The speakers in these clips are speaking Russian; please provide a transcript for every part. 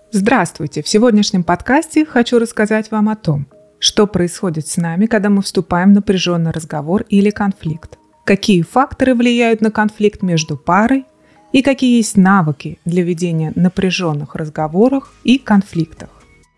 Здравствуйте! В сегодняшнем подкасте хочу рассказать вам о том, что происходит с нами, когда мы вступаем в напряженный разговор или конфликт, какие факторы влияют на конфликт между парой и какие есть навыки для ведения напряженных разговоров и конфликтов.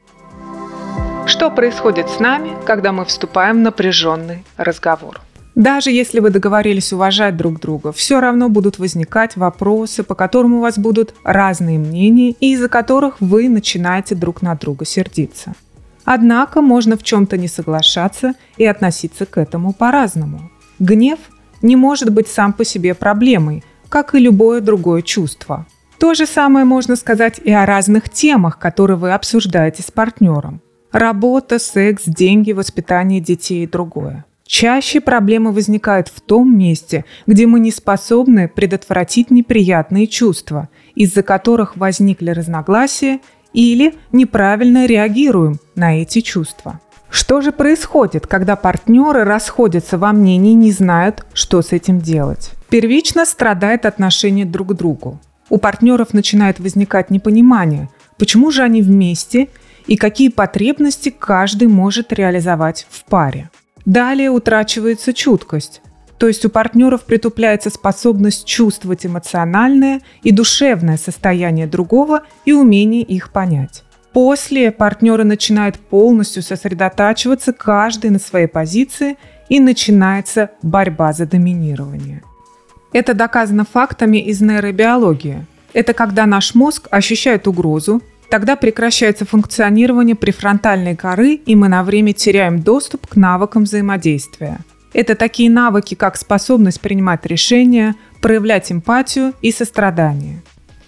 Что происходит с нами, когда мы вступаем в напряженный разговор? Даже если вы договорились уважать друг друга, все равно будут возникать вопросы, по которым у вас будут разные мнения и из-за которых вы начинаете друг на друга сердиться. Однако можно в чем-то не соглашаться и относиться к этому по-разному. Гнев не может быть сам по себе проблемой, как и любое другое чувство. То же самое можно сказать и о разных темах, которые вы обсуждаете с партнером. Работа, секс, деньги, воспитание детей и другое. Чаще проблемы возникают в том месте, где мы не способны предотвратить неприятные чувства, из-за которых возникли разногласия, или неправильно реагируем на эти чувства. Что же происходит, когда партнеры расходятся во мнении и не знают, что с этим делать? Первично страдает отношение друг к другу. У партнеров начинает возникать непонимание, почему же они вместе и какие потребности каждый может реализовать в паре. Далее утрачивается чуткость, то есть у партнеров притупляется способность чувствовать эмоциональное и душевное состояние другого и умение их понять. После партнеры начинают полностью сосредотачиваться каждый на своей позиции и начинается борьба за доминирование. Это доказано фактами из нейробиологии. Это когда наш мозг ощущает угрозу, тогда прекращается функционирование префронтальной коры, и мы на время теряем доступ к навыкам взаимодействия. Это такие навыки, как способность принимать решения, проявлять эмпатию и сострадание.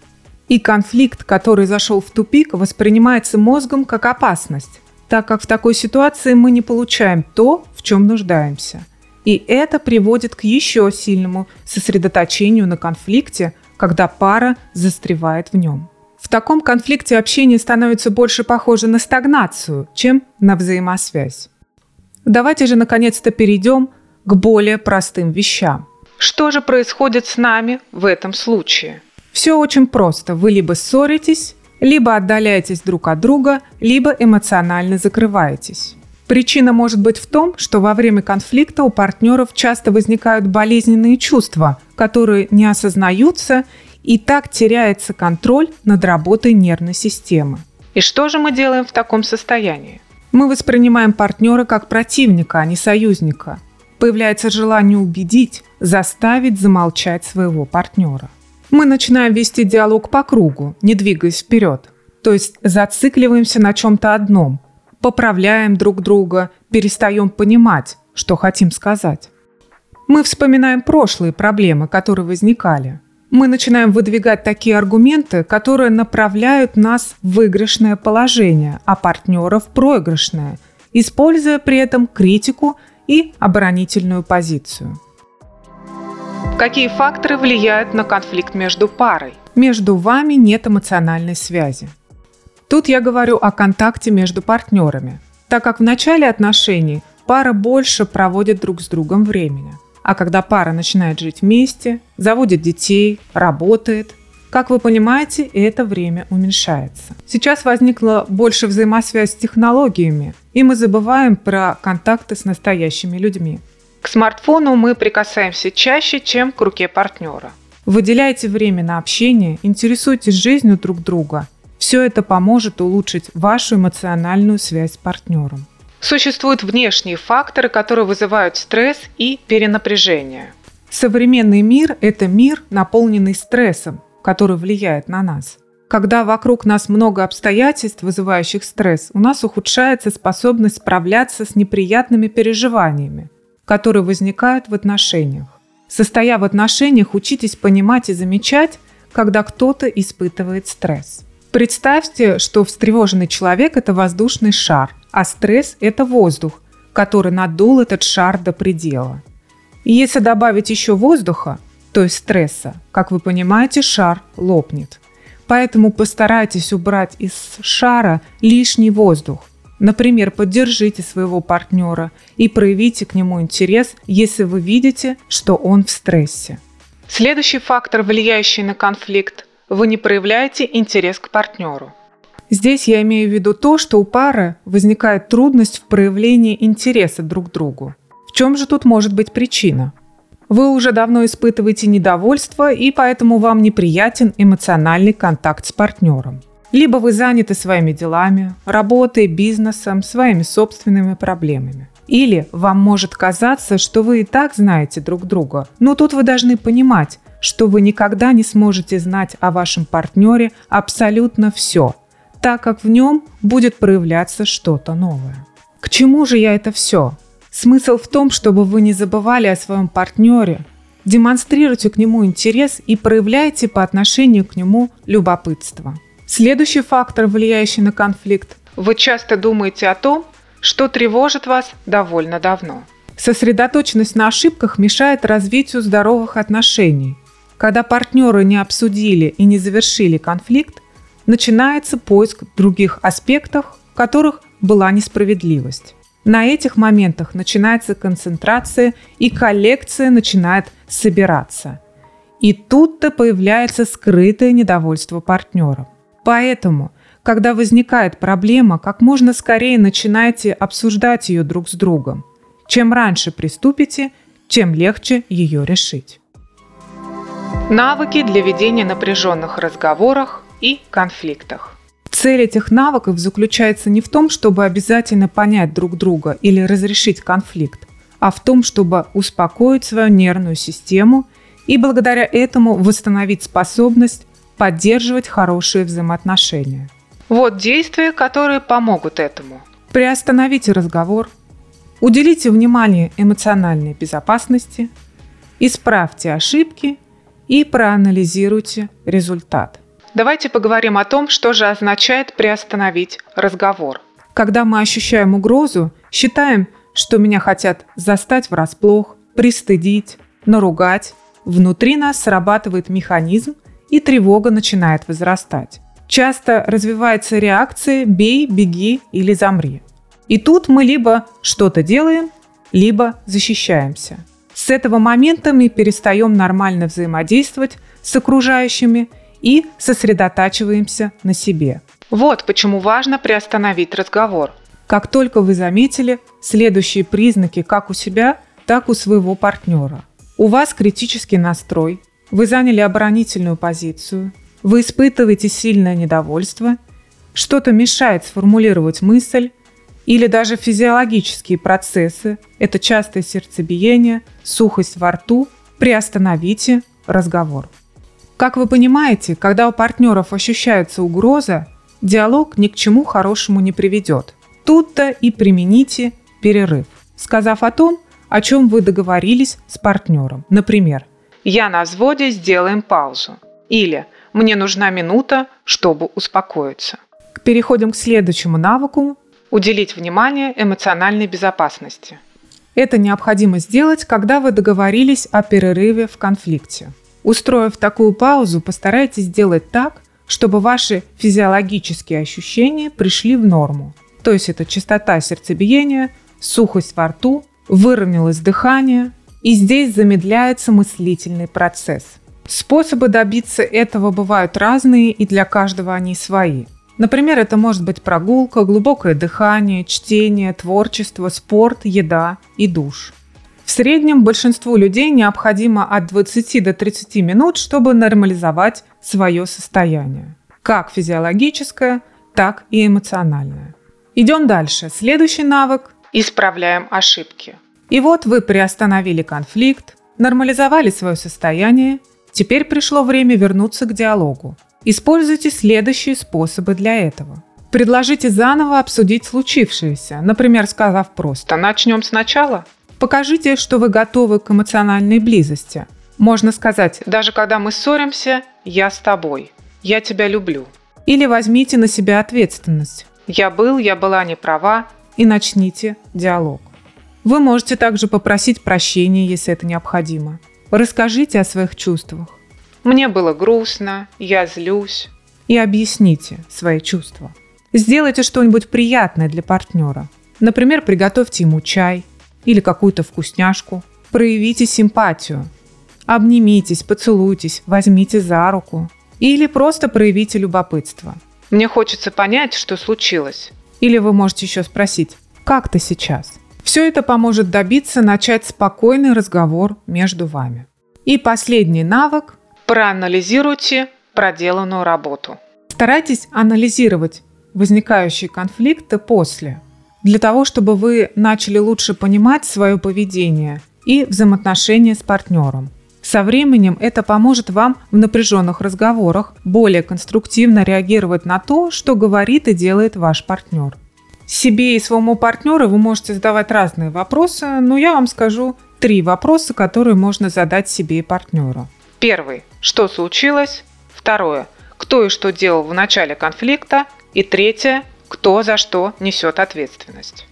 И конфликт, который зашел в тупик, воспринимается мозгом как опасность, так как в такой ситуации мы не получаем то, в чем нуждаемся. И это приводит к еще сильному сосредоточению на конфликте, когда пара застревает в нем. В таком конфликте общение становится больше похоже на стагнацию, чем на взаимосвязь. Давайте же наконец-то перейдем к более простым вещам. Что же происходит с нами в этом случае? Все очень просто. Вы либо ссоритесь, либо отдаляетесь друг от друга, либо эмоционально закрываетесь. Причина может быть в том, что во время конфликта у партнеров часто возникают болезненные чувства, которые не осознаются, и так теряется контроль над работой нервной системы. И что же мы делаем в таком состоянии? Мы воспринимаем партнера как противника, а не союзника. Появляется желание убедить, заставить замолчать своего партнера. Мы начинаем вести диалог по кругу, не двигаясь вперед. То есть зацикливаемся на чем-то одном, поправляем друг друга, перестаем понимать, что хотим сказать. Мы вспоминаем прошлые проблемы, которые возникали. Мы начинаем выдвигать такие аргументы, которые направляют нас в выигрышное положение, а партнера в проигрышное, используя при этом критику и оборонительную позицию. Какие факторы влияют на конфликт между парой? Между вами нет эмоциональной связи. Тут я говорю о контакте между партнерами, так как в начале отношений пара больше проводит друг с другом времени. А когда пара начинает жить вместе, заводит детей, работает, как вы понимаете, это время уменьшается. Сейчас возникла больше взаимосвязь с технологиями, и мы забываем про контакты с настоящими людьми. К смартфону мы прикасаемся чаще, чем к руке партнера. Выделяйте время на общение, интересуйтесь жизнью друг друга. Все это поможет улучшить вашу эмоциональную связь с партнером. Существуют внешние факторы, которые вызывают стресс и перенапряжение. Современный мир – это мир, наполненный стрессом, который влияет на нас. Когда вокруг нас много обстоятельств, вызывающих стресс, у нас ухудшается способность справляться с неприятными переживаниями, которые возникают в отношениях. Состоя в отношениях, учитесь понимать и замечать, когда кто-то испытывает стресс. Представьте, что встревоженный человек – это воздушный шар, а стресс – это воздух, который надул этот шар до предела. И если добавить еще воздуха, то есть стресса, как вы понимаете, шар лопнет. Поэтому постарайтесь убрать из шара лишний воздух. Например, поддержите своего партнера и проявите к нему интерес, если вы видите, что он в стрессе. Следующий фактор, влияющий на конфликт – вы не проявляете интерес к партнеру. Здесь я имею в виду то, что у пары возникает трудность в проявлении интереса друг к другу. В чем же тут может быть причина? Вы уже давно испытываете недовольство, и поэтому вам неприятен эмоциональный контакт с партнером. Либо вы заняты своими делами, работой, бизнесом, своими собственными проблемами. Или вам может казаться, что вы и так знаете друг друга, но тут вы должны понимать, что вы никогда не сможете знать о вашем партнере абсолютно все, так как в нем будет проявляться что-то новое. К чему же я это все? Смысл в том, чтобы вы не забывали о своем партнере, демонстрируйте к нему интерес и проявляйте по отношению к нему любопытство. Следующий фактор, влияющий на конфликт. Вы часто думаете о том, что тревожит вас довольно давно. Сосредоточенность на ошибках мешает развитию здоровых отношений. Когда партнеры не обсудили и не завершили конфликт, начинается поиск других аспектов, в которых была несправедливость. На этих моментах начинается концентрация, и коллекция начинает собираться. И тут-то появляется скрытое недовольство партнера. Поэтому, когда возникает проблема, как можно скорее начинайте обсуждать ее друг с другом. Чем раньше приступите, тем легче ее решить. Навыки для ведения напряженных разговоров и конфликтах. Цель этих навыков заключается не в том, чтобы обязательно понять друг друга или разрешить конфликт, а в том, чтобы успокоить свою нервную систему и благодаря этому восстановить способность поддерживать хорошие взаимоотношения. Вот действия, которые помогут этому. Приостановите разговор, уделите внимание эмоциональной безопасности, исправьте ошибки и проанализируйте результат. Давайте поговорим о том, что же означает приостановить разговор. Когда мы ощущаем угрозу, считаем, что меня хотят застать врасплох, пристыдить, наругать, внутри нас срабатывает механизм, и тревога начинает возрастать. Часто развивается реакция «бей, беги или замри». И тут мы либо что-то делаем, либо защищаемся. С этого момента мы перестаем нормально взаимодействовать с окружающими и сосредотачиваемся на себе. Вот почему важно приостановить разговор. Как только вы заметили следующие признаки как у себя, так и у своего партнера. У вас критический настрой, вы заняли оборонительную позицию, вы испытываете сильное недовольство, что-то мешает сформулировать мысль, или даже физиологические процессы – это частое сердцебиение, сухость во рту – приостановите разговор. Как вы понимаете, когда у партнеров ощущается угроза, диалог ни к чему хорошему не приведет. Тут-то и примените перерыв, сказав о том, о чем вы договорились с партнером. Например, «Я на взводе, сделаем паузу» или «Мне нужна минута, чтобы успокоиться». Переходим к следующему навыку – уделить внимание эмоциональной безопасности. Это необходимо сделать, когда вы договорились о перерыве в конфликте. Устроив такую паузу, постарайтесь сделать так, чтобы ваши физиологические ощущения пришли в норму. То есть это частота сердцебиения, сухость во рту, выровнялось дыхание, и здесь замедляется мыслительный процесс. Способы добиться этого бывают разные, и для каждого они свои. Например, это может быть прогулка, глубокое дыхание, чтение, творчество, спорт, еда и душ. В среднем большинству людей необходимо от 20 до 30 минут, чтобы нормализовать свое состояние. Как физиологическое, так и эмоциональное. Идем дальше. Следующий навык – исправляем ошибки. И вот вы приостановили конфликт, нормализовали свое состояние, теперь пришло время вернуться к диалогу. Используйте следующие способы для этого. Предложите заново обсудить случившееся, например, сказав просто «начнем сначала». Покажите, что вы готовы к эмоциональной близости. Можно сказать «даже когда мы ссоримся, я с тобой, я тебя люблю». Или возьмите на себя ответственность. Я была не права, и начните диалог. Вы можете также попросить прощения, если это необходимо. Расскажите о своих чувствах. Мне было грустно, я злюсь. И объясните свои чувства. Сделайте что-нибудь приятное для партнера. Например, приготовьте ему чай или какую-то вкусняшку. Проявите симпатию. Обнимитесь, поцелуйтесь, возьмите за руку. Или просто проявите любопытство. Мне хочется понять, что случилось. Или вы можете еще спросить: как ты сейчас? Все это поможет добиться начать спокойный разговор между вами. И последний навык – проанализируйте проделанную работу. Старайтесь анализировать возникающие конфликты после, для того, чтобы вы начали лучше понимать свое поведение и взаимоотношения с партнером. Со временем это поможет вам в напряженных разговорах более конструктивно реагировать на то, что говорит и делает ваш партнер. Себе и своему партнеру вы можете задавать разные вопросы, но я вам скажу 3 вопроса, которые можно задать себе и партнеру. Первый – что случилось? Второе – кто и что делал в начале конфликта? И третье – кто за что несет ответственность.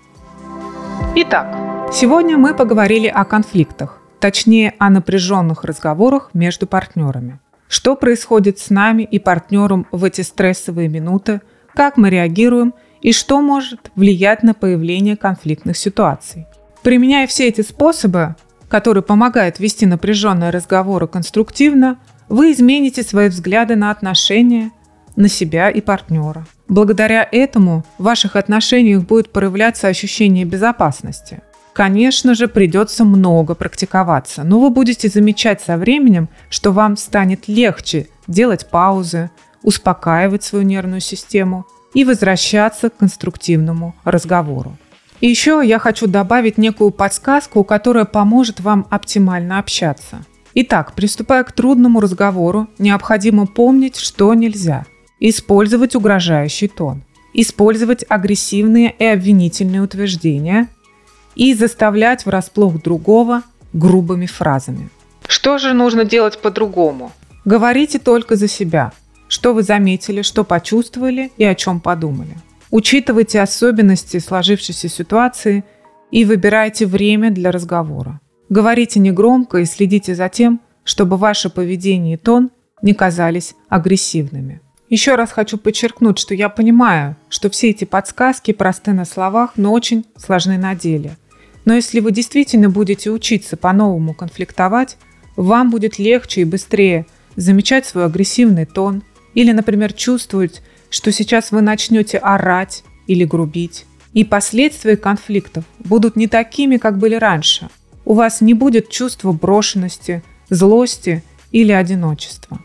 Итак, сегодня мы поговорили о конфликтах, точнее о напряженных разговорах между партнерами. Что происходит с нами и партнером в эти стрессовые минуты, как мы реагируем и что может влиять на появление конфликтных ситуаций. Применяя все эти способы, которые помогают вести напряженные разговоры конструктивно, вы измените свои взгляды на отношения, на себя и партнера. Благодаря этому в ваших отношениях будет проявляться ощущение безопасности. Конечно же, придется много практиковаться, но вы будете замечать со временем, что вам станет легче делать паузы, успокаивать свою нервную систему и возвращаться к конструктивному разговору. И еще я хочу добавить некую подсказку, которая поможет вам оптимально общаться. Итак, приступая к трудному разговору, необходимо помнить, что нельзя. Использовать угрожающий тон, использовать агрессивные и обвинительные утверждения и заставлять врасплох другого грубыми фразами. Что же нужно делать по-другому? Говорите только за себя. Что вы заметили, что почувствовали и о чем подумали. Учитывайте особенности сложившейся ситуации и выбирайте время для разговора. Говорите негромко и следите за тем, чтобы ваше поведение и тон не казались агрессивными. Еще раз хочу подчеркнуть, что я понимаю, что все эти подсказки просты на словах, но очень сложны на деле. Но если вы действительно будете учиться по-новому конфликтовать, вам будет легче и быстрее замечать свой агрессивный тон или, например, чувствовать, что сейчас вы начнете орать или грубить. И последствия конфликтов будут не такими, как были раньше. У вас не будет чувства брошенности, злости или одиночества.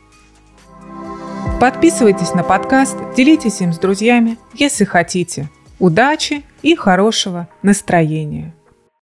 Подписывайтесь на подкаст, делитесь им с друзьями, если хотите. Удачи и хорошего настроения!